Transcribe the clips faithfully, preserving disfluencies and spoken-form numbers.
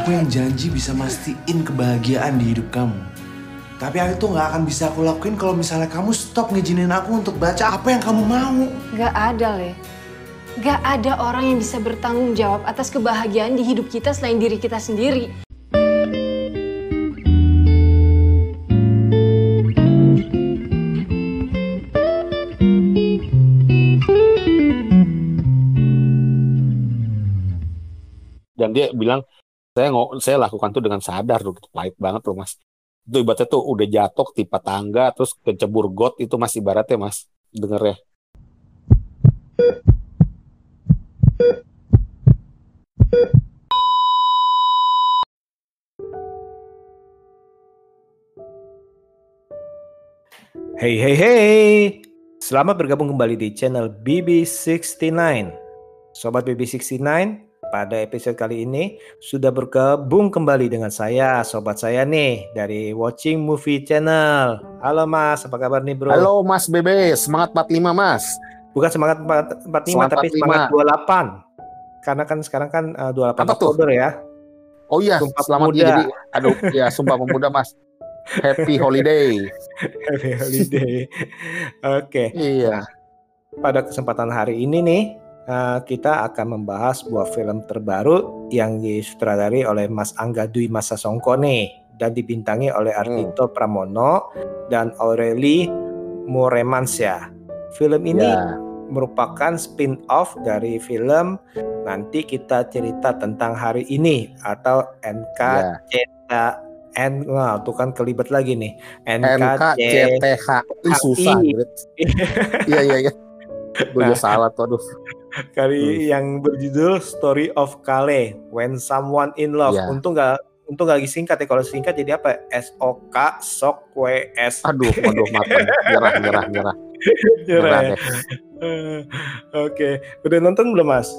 Aku yang janji bisa mastiin kebahagiaan di hidup kamu. Tapi hal itu gak akan bisa aku lakuin kalau misalnya kamu stop ngizinin aku untuk baca apa yang kamu mau. Gak ada, Le. Gak ada orang yang bisa bertanggung jawab atas kebahagiaan di hidup kita selain diri kita sendiri. Dan dia bilang, saya ng- saya lakukan tuh dengan sadar loh, pahit banget loh mas. Itu ibaratnya tuh udah jatuh timpa tangga terus kecebur got, itu mas ibaratnya mas, dengernya. Hey hey hey, selamat bergabung kembali di channel B B enam puluh sembilan. Sobat B B enam puluh sembilan, pada episode kali ini sudah bergabung kembali dengan saya, sobat saya nih dari Watching Movie Channel. Halo Mas, apa kabar nih bro? Halo Mas B B, semangat empat puluh lima Mas. Bukan semangat empat puluh lima Semangat tapi empat puluh lima. semangat dua puluh delapan. Karena kan sekarang kan uh, dua puluh delapan Apa tuh? Oktober ya. Oh iya, Sumpah selamat Pemuda. ya, jadi aduh ya Sumpah Pemuda Mas. Happy holiday. Happy holiday. Oke. Iya. Nah, pada kesempatan hari ini nih uh, kita akan membahas sebuah film terbaru yang disutradari oleh Mas Angga Dwi Masa Songko nih dan dibintangi oleh Ardhito Pramono dan Aurelie Moremansyah. Film ini Ya. merupakan spin-off dari film Nanti Kita Cerita Tentang Hari Ini atau N K C T N, wah tuh kan kelibet lagi nih, N K C T H I, susah gitu. Iya iya iya. Gue Nah, salah tuh, aduh. kali Hmm. yang berjudul Story of Kale, When Someone in Love. Ya. Untung nggak untung nggak singkat ya, kalau singkat jadi apa? S O K Sok W S. Aduh, aduh mateng. Nyerah, nyerah, nyerah. Nyerah ya. deh. Eh, Oke, udah nonton belum Mas?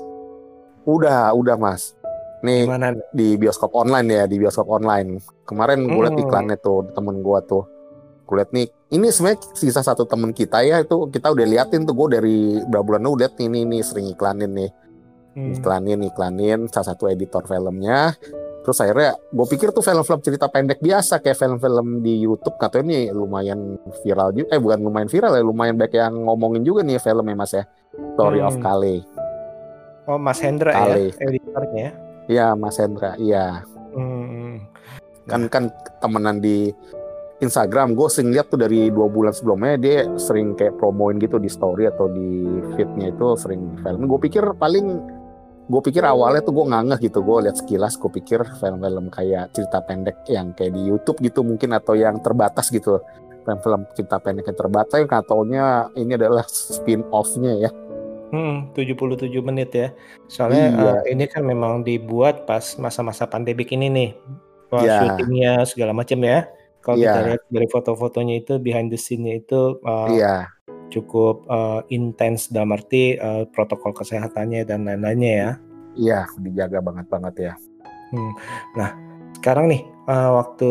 Udah, udah Mas. Nih Gimana nih? di bioskop online ya, di bioskop online. Kemarin gue liat Hmm. iklannya tuh, temen gue tuh. Gue liat nih, ini sebenarnya sisa satu temen kita ya, itu kita udah liatin tuh, gue dari berapa bulan lalu liat ini nih sering iklanin nih, Hmm. iklanin iklanin salah satu editor filmnya. Terus akhirnya gue pikir tuh film-film cerita pendek biasa kayak film-film di YouTube, katanya nih lumayan viral juga, eh bukan lumayan viral ya, lumayan banyak yang ngomongin juga nih filmnya Mas ya, Story Hmm. of Kale. Oh Mas Hendra Kale. ya, editornya ya. Iya Mas Hendra, iya. Hmm. Kan kan temenan di Instagram, gue sering lihat tuh dari dua bulan sebelumnya dia sering kayak promoin gitu di story atau di feednya itu sering film. Gue pikir paling, gue pikir awalnya tuh gue ngangeh gitu, gue lihat sekilas, gue pikir film-film kayak cerita pendek yang kayak di YouTube gitu mungkin, atau yang terbatas gitu, film-film cerita pendek yang terbatas, yang katanya ini adalah spin-off-nya ya. Hmm, tujuh puluh tujuh menit ya. Soalnya Iya. eh, ini kan memang dibuat pas masa-masa pandemik ini nih. Wah, Iya. syutingnya segala macam ya. Kalau Iya. kita lihat dari foto-fotonya itu, behind the scene-nya itu eh, Iya, cukup eh, intens dalam arti eh, protokol kesehatannya dan lain-lainnya ya. iya dijaga banget-banget ya. Hmm. Nah, sekarang nih eh, waktu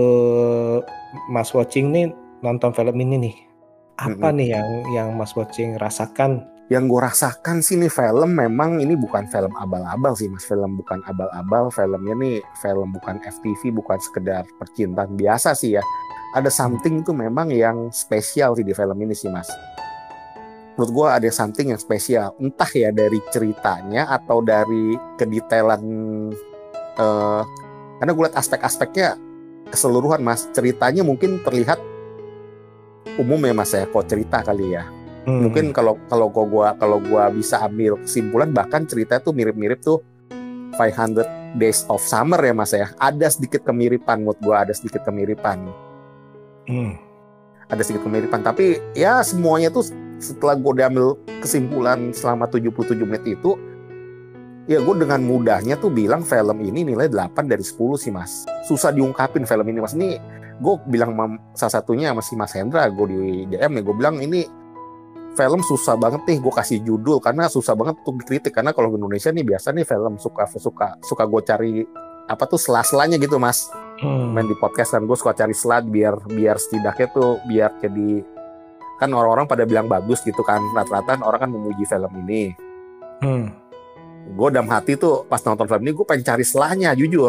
Mas Watching nih nonton film ini nih, apa Mm-mm. nih yang yang Mas Watching rasakan? Yang gue rasakan sih nih film memang ini bukan film abal-abal sih Mas, film bukan abal-abal, filmnya nih film bukan F T V, bukan sekedar percintaan biasa sih ya. Ada something tuh memang yang spesial sih di film ini sih Mas. Menurut gue ada something yang spesial, entah ya dari ceritanya atau dari kedetailan, eh, karena gue lihat aspek-aspeknya keseluruhan Mas. Ceritanya mungkin terlihat umum ya Mas ya, kok cerita kali ya. Hmm. Mungkin kalau kalau gua kalau gua bisa ambil kesimpulan, bahkan cerita tuh mirip-mirip tuh five hundred Days of Summer ya Mas ya. Ada sedikit kemiripan, menurut gua ada sedikit kemiripan. Hmm. Ada sedikit kemiripan, tapi ya semuanya tuh setelah gua udah ambil kesimpulan selama tujuh puluh tujuh menit itu, ya gua dengan mudahnya tuh bilang film ini nilai delapan dari sepuluh sih Mas. Susah diungkapin film ini Mas. Ini gue bilang sama salah satunya masih Mas Hendra, gue di D M nih, gue bilang ini film susah banget nih gue kasih judul, karena susah banget untuk dikritik, karena kalau di Indonesia nih biasa nih film suka suka suka gue cari apa tuh sela-selanya gitu Mas. Hmm. Main di podcast kan gue suka cari slide biar biar setidaknya tuh biar jadi, kan orang-orang pada bilang bagus gitu kan, rata-rata orang kan memuji film ini. Hmm. Gue dalam hati tuh pas nonton film ini gue pengen cari selanya, jujur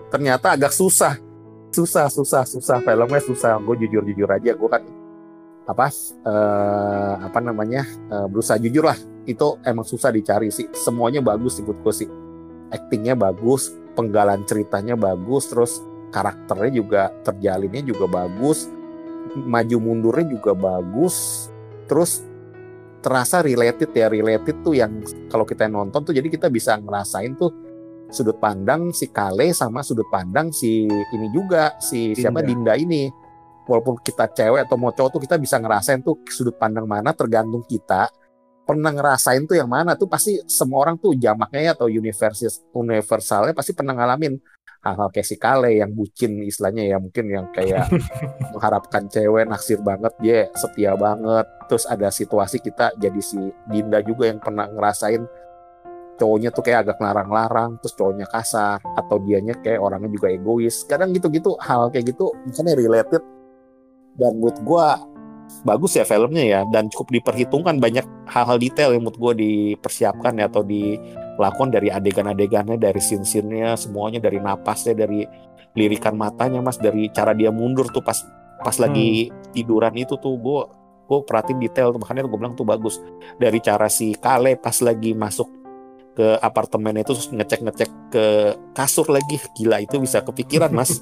ternyata agak susah susah susah susah filmnya susah. Gue jujur jujur aja, gue kan apa eh, apa namanya eh, berusaha jujur lah. Itu emang susah dicari sih. Semuanya bagus sih buat gue sih. Aktingnya bagus, penggalan ceritanya bagus, terus karakternya juga terjalinnya juga bagus, maju mundurnya juga bagus, terus terasa related ya. Related tuh yang kalau kita nonton tuh jadi kita bisa ngerasain tuh sudut pandang si Kale sama sudut pandang si ini juga si Dinda. siapa Dinda ini. Walaupun kita cewek atau mau cowok tuh kita bisa ngerasain tuh sudut pandang mana, tergantung kita pernah ngerasain tuh yang mana. Tuh pasti semua orang tuh jamaknya ya, atau universis universalnya pasti pernah ngalamin hal-hal kayak si Kale yang bucin istilahnya ya, mungkin yang kayak mengharapkan cewek, naksir banget, dia setia banget. Terus ada situasi kita jadi si Dinda juga yang pernah ngerasain cowoknya tuh kayak agak larang-larang, terus cowoknya kasar, atau dianya kayak orangnya juga egois. Kadang gitu-gitu, hal kayak gitu misalnya related. Dan menurut gue bagus ya filmnya ya, dan cukup diperhitungkan banyak hal-hal detail yang menurut gue dipersiapkan ya, atau dilakukan dari adegan-adegannya, dari scene-scene-nya, semuanya, dari napasnya, dari lirikan matanya mas, dari cara dia mundur tuh pas pas hmm. lagi tiduran itu tuh gue gue perhatiin detail tuh, makanya gue bilang tuh bagus. Dari cara si Kale pas lagi masuk ke apartemen itu terus ngecek-ngecek ke kasur lagi, gila itu bisa kepikiran mas.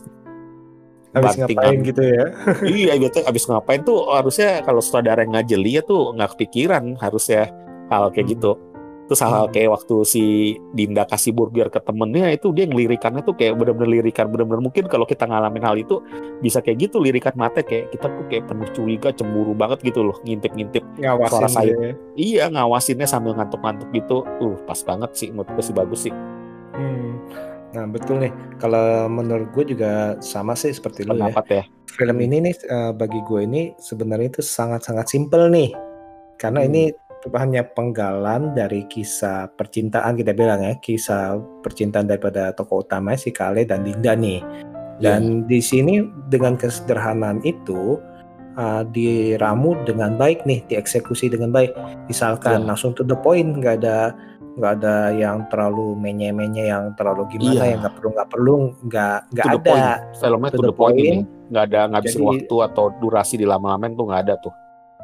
Abis ngapain gitu ya. Iya gitu, abis ngapain tuh harusnya kalau sutradara yang ngajeli ya tuh nggak kepikiran harusnya hal kayak hmm. gitu. Terus hal-hal hmm. kayak waktu si Dinda kasih burger ke temennya itu dia ngelirikannya tuh kayak bener-bener lirikan, bener-bener mungkin kalau kita ngalamin hal itu bisa kayak gitu, lirikan mata kayak kita tuh kayak penuh curiga, cemburu banget gitu loh, ngintip-ngintip suara sayap. Ya. Iya, ngawasinnya sambil ngantuk-ngantuk gitu. Tuh pas banget sih, menurut gue sih bagus sih. Hmm. Nah betul nih, kalau menurut gue juga sama sih seperti lu ya. ya. Film ini nih bagi gue ini sebenarnya itu sangat-sangat simpel nih, karena hmm. ini hanya penggalan dari kisah percintaan, kita bilang ya, kisah percintaan daripada tokoh utama si Kale dan Dinda nih. Dan yeah. di sini dengan kesederhanaan itu uh, diramu dengan baik nih, dieksekusi dengan baik. Misalkan yeah. langsung to the point, nggak ada nggak ada yang terlalu menye-menye, yang terlalu gimana, yeah. yang nggak perlu nggak perlu nggak nggak ada. Point. Filmnya to, to the point, point. Nggak ada ngabisin Jadi, waktu atau durasi dilama-lamain tuh nggak ada tuh.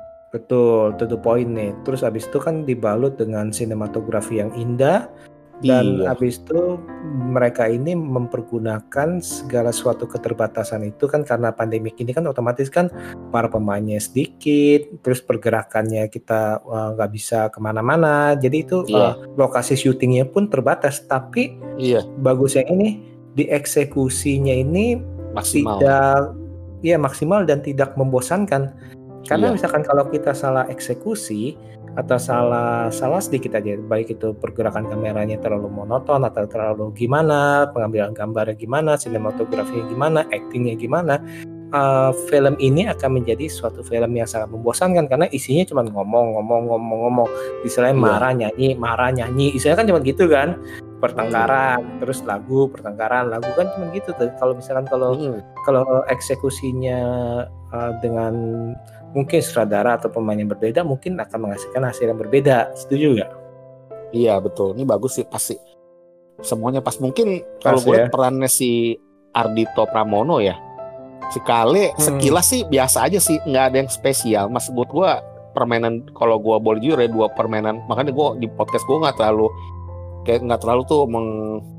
Betul, to the point nih. Terus abis itu kan dibalut dengan sinematografi yang indah. Dan iya. abis itu mereka ini mempergunakan segala suatu keterbatasan itu kan, karena pandemik ini kan otomatis kan para pemainnya sedikit, terus pergerakannya kita nggak uh, bisa kemana-mana. Jadi itu iya. uh, lokasi syutingnya pun terbatas. Tapi iya. bagusnya ini dieksekusinya ini maksimal. tidak, ya maksimal dan tidak membosankan. Karena iya. misalkan kalau kita salah eksekusi atau salah salah sedikit aja, baik itu pergerakan kameranya terlalu monoton atau terlalu gimana, pengambilan gambarnya gimana, sinematografinya gimana, aktingnya gimana, uh, film ini akan menjadi suatu film yang sangat membosankan karena isinya cuma ngomong-ngomong-ngomong-ngomong, istilahnya iya. marah nyanyi, marah nyanyi, istilahnya kan cuma gitu kan, pertengkaran, hmm. terus lagu, pertengkaran, lagu kan cuma gitu tuh. Kalau misalkan kalau hmm. kalau eksekusinya uh, dengan mungkin sutradara atau pemain yang berbeda mungkin akan menghasilkan hasil yang berbeda. Setuju nggak? Iya betul, ini bagus sih pasti. Semuanya pas. Mungkin kalau gue ya. Perannya si Ardhito Pramono ya, si Kale hmm. sekilas sih biasa aja sih, nggak ada yang spesial. Mas buat gue permainan, kalau gue boleh jujur ya, dua permainan, makanya gue di podcast gue nggak terlalu kayak nggak terlalu tuh meng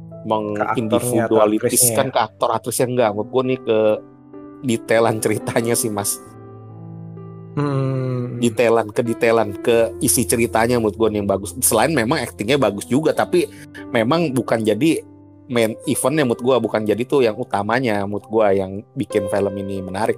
mengindividualitiskan ke aktor aktrisnya, enggak. Menurut gue nih ke detailan ceritanya sih mas. Hmm. Detailan ke detailan ke isi ceritanya menurut gue nih yang bagus. Selain memang aktingnya bagus juga, tapi memang bukan jadi main eventnya menurut gue, bukan jadi tuh yang utamanya menurut gue yang bikin film ini menarik.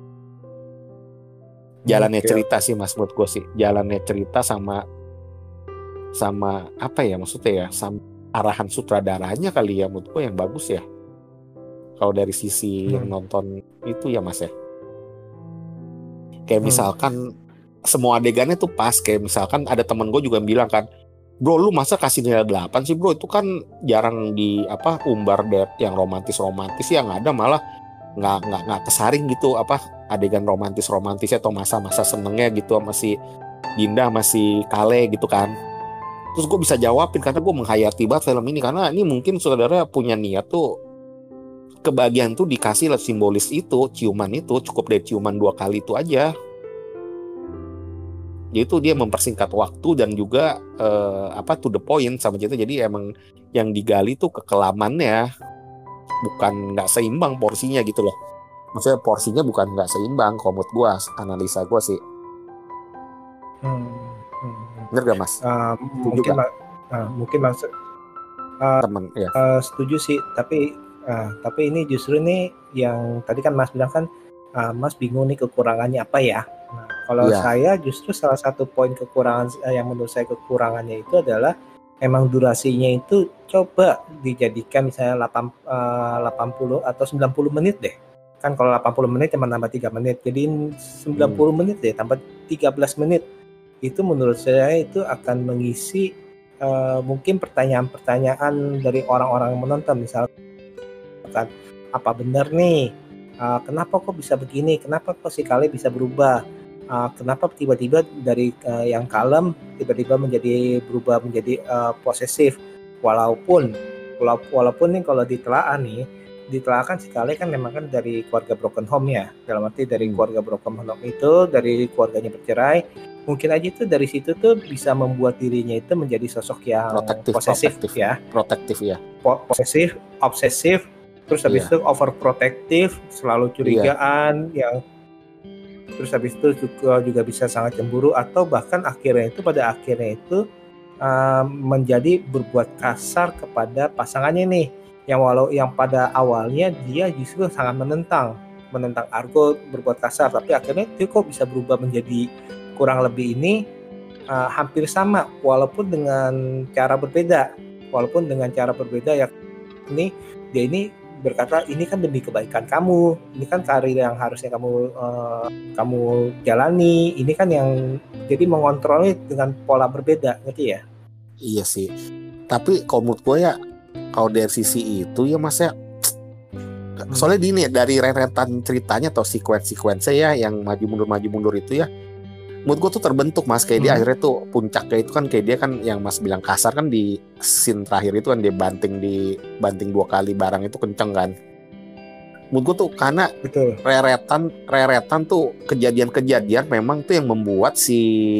Jalannya okay. cerita sih mas, menurut gue sih jalannya cerita sama sama apa ya maksudnya ya, sama arahan sutradaranya kali ya menurut gue yang bagus ya. Kalau dari sisi hmm. yang nonton itu ya mas ya. Kayak misalkan hmm. semua adegannya tuh pas. Kayak misalkan ada temen gue juga bilang kan, bro lu masa kasih nilai delapan sih bro, itu kan jarang di apa umbar date yang romantis-romantis ya, nggak ada, malah nggak nggak nggak kesaring gitu apa adegan romantis-romantisnya atau masa-masa senengnya gitu sama si Dinda masih Kale gitu kan. Terus gue bisa jawabin karena gue menghayati banget film ini, karena ini mungkin saudara punya niat tuh kebahagiaan tuh dikasih lewat simbolis itu, ciuman itu, cukup dari ciuman dua kali itu aja. Jadi itu dia mempersingkat waktu dan juga eh, apa to the point sama gitu. Jadi emang yang digali tuh kekelamannya, bukan nggak seimbang porsinya gitu loh. Maksudnya porsinya bukan nggak seimbang, kalau menurut gue, analisa gue sih. Hmm, hmm. Bener gak mas? Uh, mungkin gak? ma- uh, mungkin maksud uh, teman ya. Uh, setuju sih, tapi uh, tapi ini justru nih yang tadi kan Mas bilang kan uh, Mas bingung nih kekurangannya apa ya. Nah, kalau Iya. saya justru salah satu poin kekurangan uh, yang menurut saya kekurangannya itu adalah emang durasinya itu coba dijadikan misalnya delapan, uh, delapan puluh atau sembilan puluh menit deh. Kan kalau delapan puluh menit cuma nambah tiga menit. Jadi sembilan puluh hmm. menit deh tambah tiga belas menit. Itu menurut saya itu akan mengisi Uh, mungkin pertanyaan-pertanyaan dari orang-orang yang menonton, misalkan apa benar nih, uh, kenapa kok bisa begini, kenapa kok si Kale bisa berubah, uh, kenapa tiba-tiba dari uh, yang kalem tiba-tiba menjadi berubah menjadi uh, posesif, walaupun walaupun nih kalau ditelaah nih ditelaah kan si Kale kan memang kan dari keluarga broken home ya, dalam arti dari keluarga broken home itu dari keluarganya bercerai. Mungkin aja itu dari situ tuh bisa membuat dirinya itu menjadi sosok yang protektif, posesif protektif, ya, protektif ya, po- posesif, obsesif, terus habis yeah. itu overprotective, selalu curigaan, yeah. yang terus habis itu juga, juga bisa sangat cemburu atau bahkan akhirnya itu pada akhirnya itu uh, menjadi berbuat kasar kepada pasangannya nih, yang walau yang pada awalnya dia justru sangat menentang, menentang Argo berbuat kasar, tapi akhirnya dia kok bisa berubah menjadi kurang lebih ini uh, hampir sama walaupun dengan cara berbeda walaupun dengan cara berbeda ya ini dia ini berkata ini kan demi kebaikan kamu, ini kan karir yang harusnya kamu uh, kamu jalani, ini kan yang jadi mengontrolnya dengan pola berbeda, ngerti ya? Iya sih, tapi kalau menurut gue ya kalau dari sisi itu ya mas ya, soalnya gini ya, dari rentetan ceritanya atau sekuen-sekuensinya ya yang maju mundur maju mundur itu ya, menurut gue tuh terbentuk mas, kayak hmm. dia akhirnya tuh puncaknya itu kan kayak dia kan yang mas bilang kasar kan di scene terakhir itu kan dia banting di banting dua kali barang itu kenceng kan. Menurut gue tuh karena betul reretan reretan tuh kejadian-kejadian memang tuh yang membuat si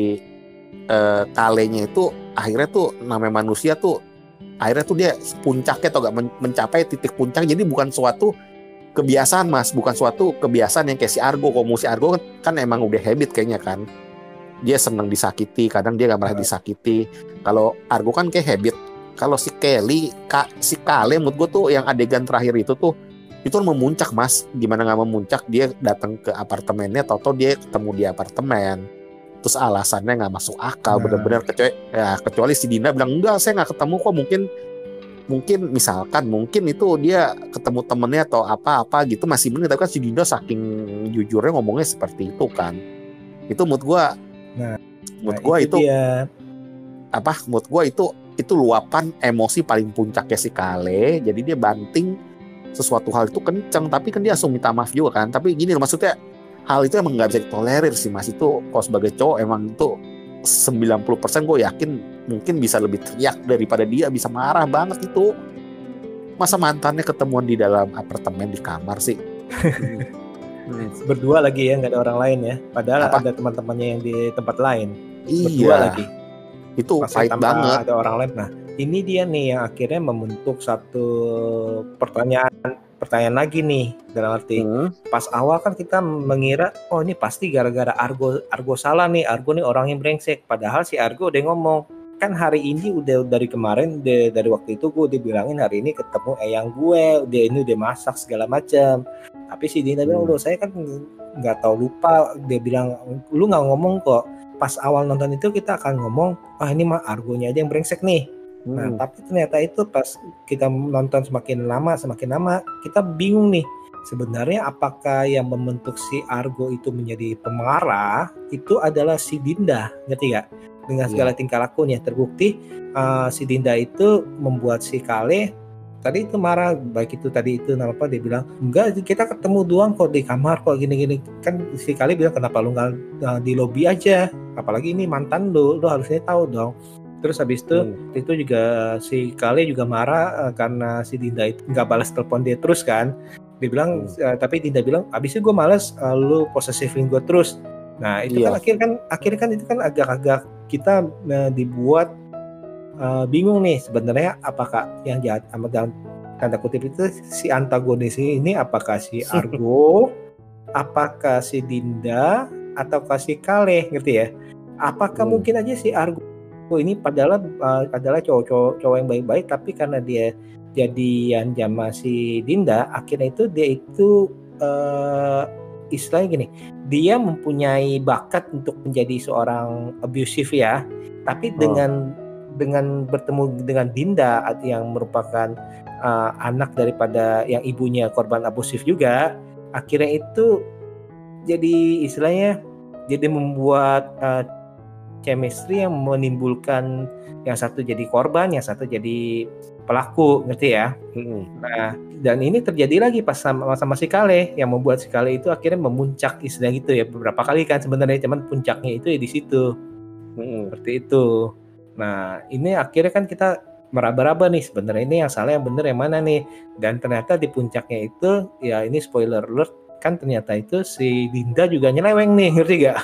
uh, Kalenya itu akhirnya tuh namanya manusia tuh akhirnya tuh dia puncaknya atau gak mencapai titik puncak, jadi bukan suatu kebiasaan mas, bukan suatu kebiasaan yang kayak si Argo. Kalau si Argo kan, kan emang udah habit kayaknya kan, dia senang disakiti, kadang dia gak marah disakiti. Kalau Argo kan kayak habit. Kalau si Kelly, Ka, si Kale menurut gue tuh yang adegan terakhir itu tuh itu kan memuncak mas. Gimana gak memuncak, dia datang ke apartemennya, tau-tau dia ketemu di apartemen, terus alasannya gak masuk akal, nah. bener-bener kecuali, ya, kecuali si Dinda bilang enggak saya gak ketemu kok, mungkin mungkin misalkan mungkin itu dia ketemu temennya atau apa-apa gitu masih bener, tapi kan si Dinda saking jujurnya ngomongnya seperti itu kan. Itu mood gue nah, mood nah gue itu, itu dia. apa mood gue itu itu luapan emosi paling puncaknya si Kale. Jadi dia banting sesuatu hal itu kenceng, tapi kan dia langsung minta maaf juga kan. Tapi gini maksudnya hal itu emang gak bisa ditolerir sih mas. Itu kalau sebagai cowok emang itu sembilan puluh persen gue yakin mungkin bisa lebih teriak daripada dia bisa marah banget itu. Masa mantannya ketemuan di dalam apartemen di kamar sih. hmm. Berdua lagi ya, nggak ada orang lain ya. Padahal apa? Ada teman-temannya yang di tempat lain. Iya. Berdua lagi. Itu pahit banget. Ada orang lain. Nah ini dia nih yang akhirnya membentuk satu pertanyaan pertanyaan lagi nih, dalam arti hmm. pas awal kan kita mengira oh ini pasti gara-gara Argo Argo salah nih, Argo nih orang yang brengsek, padahal si Argo udah ngomong kan hari ini udah dari kemarin udah, dari waktu itu gue udah bilangin hari ini ketemu eyang gue, udah ini udah masak segala macam, tapi si Dinda bilang udah saya kan nggak tahu lupa, dia bilang lu nggak ngomong kok pas awal nonton itu kita akan ngomong ah ini mah Argonya aja yang brengsek nih. Hmm. Nah, tapi ternyata itu pas kita nonton semakin lama, semakin lama kita bingung nih. Sebenarnya apakah yang membentuk si Argo itu menjadi pemarah itu adalah si Dinda, ngerti gak? Dengan segala yeah. tingkah lakunya terbukti uh, si Dinda itu membuat si Kale tadi itu marah, baik itu tadi itu apa dia bilang enggak kita ketemu doang kok di kamar kok gini-gini, kan si Kale bilang kenapa lu nggak uh, di lobi aja, apalagi ini mantan lu, lu harusnya tahu dong. Terus habis itu Hmm. itu juga si Kale juga marah uh, karena si Dinda itu nggak balas telepon dia terus kan. Dia bilang Hmm. uh, tapi Dinda bilang abis itu gue males uh, lu posesifin gue terus. Nah itu Iya. kan akhirnya kan akhirnya kan itu kan agak-agak kita uh, dibuat uh, bingung nih sebenarnya apakah yang jahat sama dalam tanda kutip itu si antagonis ini apakah si Argo, apakah si Dinda, ataukah si Kale, ngerti ya? Apakah Hmm. mungkin aja si Argo ini padahal uh, adalah cowok-cowok cowok yang baik-baik, tapi karena dia jadian sama si Dinda, akhirnya itu dia itu uh, istilahnya gini, dia mempunyai bakat untuk menjadi seorang abusive ya, tapi Oh. dengan dengan bertemu dengan Dinda yang merupakan uh, anak daripada yang ibunya korban abusif juga, akhirnya itu jadi istilahnya jadi membuat uh, chemistry yang menimbulkan yang satu jadi korban, yang satu jadi pelaku, ngerti ya? Hmm. Nah, dan ini terjadi lagi pas sama, sama si Kale yang membuat si Kale itu akhirnya memuncak istilah gitu ya beberapa kali kan sebenarnya, cuman puncaknya itu ya di situ. Hmm. Seperti itu. Nah, ini akhirnya kan kita meraba-raba nih sebenarnya ini yang salah yang benar yang mana nih. Dan ternyata di puncaknya itu ya ini spoiler alert kan ternyata itu si Dinda juga nyeleweng nih, ngerti gak?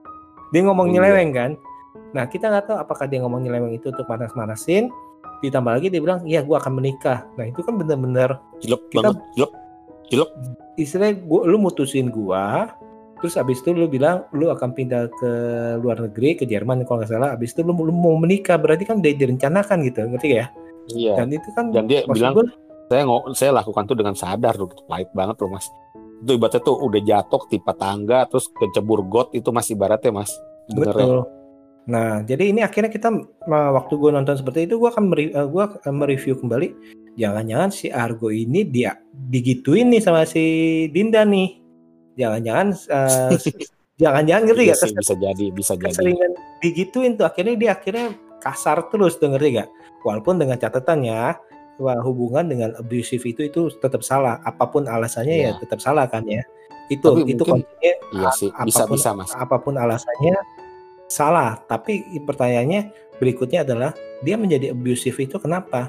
Dia ngomong Iya. nyeleweng kan. Nah, kita nggak tahu apakah dia ngomong nyeleweng itu untuk manas-manasin. Ditambah lagi dia bilang, iya gue akan menikah. Nah, itu kan benar-benar Jelek kita banget, jelek. Jelek. istilahnya gua, lu mutusin gua, terus abis itu lu bilang lu akan pindah ke luar negeri, ke Jerman kalau nggak salah. Abis itu lu, lu mau menikah, berarti kan udah direncanakan gitu, ngerti gak ya? Iya. Dan itu kan Dan dia maksud bilang, gua, saya ngo- saya lakukan tuh dengan sadar tuh, pahit banget loh mas. Itu ibaratnya tuh udah jatuh timpa tangga terus kecebur got itu mas ibaratnya mas. Bener ya? betul. Nah, jadi ini akhirnya kita waktu gue nonton seperti itu, gue akan mere- gue akan mereview kembali. Jangan-jangan si Argo ini dia digituin nih sama si Dinda nih. Jangan-jangan, uh, jangan-jangan ngerti Iya gak? sih, bisa jadi, bisa jadi. Keseringan digituin tuh akhirnya dia akhirnya kasar terus tuh, ngerti gak? Walaupun dengan catatannya bahwa hubungan dengan abusive itu itu tetap salah. Apapun alasannya ya, Ya. tetap salah kan ya. Itu Tapi itu mungkin, kontennya iya sih, bisa apapun bisa mas. apapun alasannya salah, tapi pertanyaannya berikutnya adalah dia menjadi abusive itu kenapa?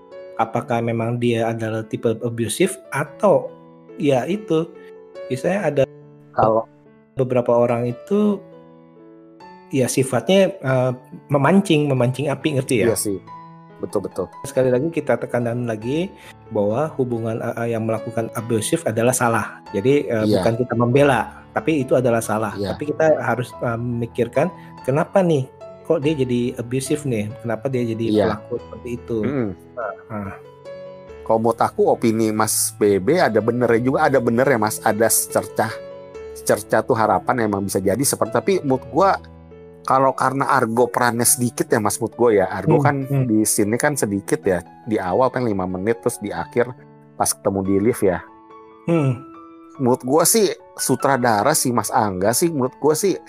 Apakah memang dia adalah tipe abusive atau ya itu misalnya ada Kalau beberapa orang itu ya sifatnya uh, memancing memancing api, ngerti ya? iya sih, betul-betul. Sekali lagi kita tekankan lagi bahwa hubungan uh, yang melakukan abusive adalah salah. Jadi uh, Iya. bukan kita membela, tapi itu adalah salah. Iya. Tapi kita harus uh, memikirkan kenapa nih kok dia jadi abusive nih? Kenapa dia jadi Iya. pelaku seperti itu? Mm-mm. Nah, Kalau menurut aku opini Mas B B ada benernya juga, ada benernya Mas, ada secercah secercah tuh harapan emang bisa jadi seperti, tapi menurut gua kalau karena Argo perannya sedikit ya Mas, menurut gua ya Argo Hmm, kan hmm. di sini kan sedikit ya, di awal kan lima menit terus di akhir pas ketemu di lift ya. hmm, Menurut gua sih sutradara si Mas Angga sih menurut gua sih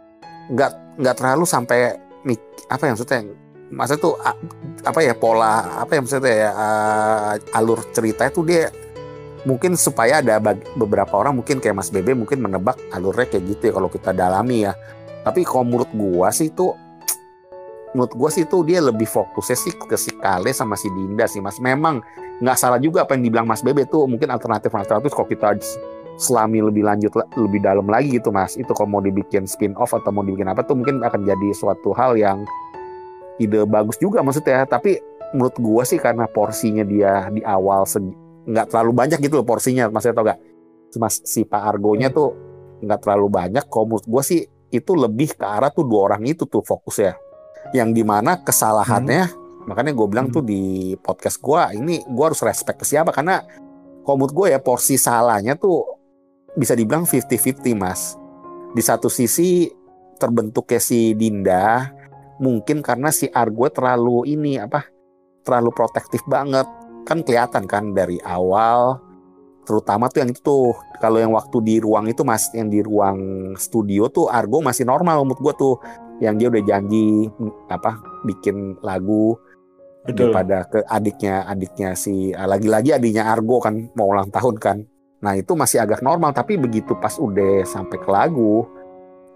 nggak nggak terlalu sampai mik- apa yang maksudnya maksudnya tuh a- apa ya pola apa yang maksudnya ya uh, alur cerita itu dia mungkin supaya ada bag- beberapa orang mungkin kayak Mas Bebe mungkin menebak alurnya kayak gitu ya kalau kita dalami ya. Tapi kalau menurut gua sih itu menurut gua sih itu dia lebih fokusnya sih ke si Kale sama si Dinda sih Mas. Memang nggak salah juga apa yang dibilang Mas Bebe tuh, mungkin alternatif-alternatif kalau kita selami lebih lanjut lebih dalam lagi gitu Mas. Itu kalau mau dibikin spin off atau mau dibikin apa tuh mungkin akan jadi suatu hal yang ide bagus juga maksudnya. Tapi menurut gua sih karena porsinya dia di awal segi, nggak terlalu banyak gitu loh porsinya, Mas, tau gak? Mas, si Pak Argonya tuh nggak terlalu banyak. Kalau menurut gua sih itu lebih ke arah tuh dua orang itu tuh fokusnya. Yang dimana kesalahannya, hmm. makanya gue bilang hmm. tuh di podcast gua ini gua harus respect ke siapa, karena kalau menurut gua ya porsi salahnya tuh bisa dibilang fifty fifty Mas. Di satu sisi terbentuknya si Dinda mungkin karena si Argo terlalu ini apa terlalu protektif banget, kan kelihatan kan dari awal, terutama tuh yang itu tuh kalau yang waktu di ruang itu Mas, yang di ruang studio tuh Argo masih normal menurut gue tuh, yang dia udah janji apa bikin lagu. Betul. Daripada ke adiknya adiknya si lagi-lagi adiknya Argo kan mau ulang tahun kan, nah itu masih agak normal. Tapi begitu pas udah sampai ke lagu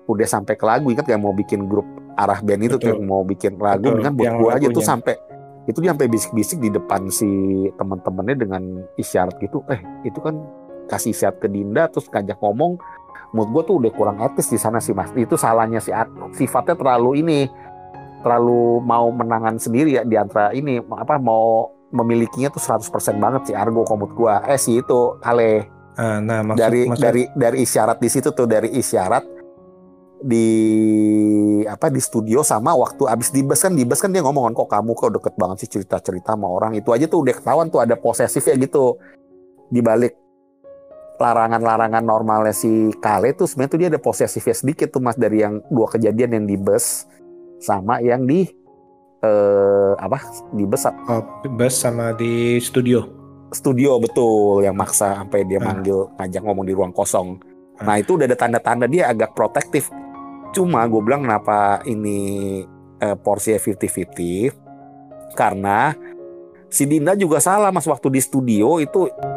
udah sampai ke lagu, ingat gak mau bikin grup arah band itu tuh, Betul. mau bikin lagu Betul, dengan buat yang gue aja tuh lagunya. sampai itu dia sampai bisik-bisik di depan si teman-temannya dengan isyarat gitu, eh itu kan kasih isyarat ke Dinda terus ngajak ngomong. Menurut gue tuh udah kurang etis di sana sih mas. Itu salahnya si Ar- sifatnya terlalu ini, terlalu mau menangan sendiri ya di antara ini, apa mau memilikinya tuh seratus persen banget si Argo komut gue. Eh si itu Ale Ah, nah maksud dari maksud dari dari isyarat di situ tuh, dari isyarat di apa di studio sama waktu abis di bus kan di bus kan dia ngomong kan, kok kamu kok deket banget sih cerita-cerita sama orang, itu aja tuh udah ketahuan tuh ada posesif ya gitu. Di balik larangan-larangan normalnya si Kale tuh sebenarnya tuh dia ada posesifnya sedikit tuh mas, dari yang dua kejadian yang di bus sama yang di eh, apa di bus oh, bus sama di studio. studio betul, yang maksa sampai dia Ah. manggil ngajak ngomong di ruang kosong. Ah. Nah itu udah ada tanda-tanda dia agak protektif. Cuma gue bilang kenapa ini eh, porsinya lima puluh lima puluh karena si Dinda juga salah mas, waktu di studio itu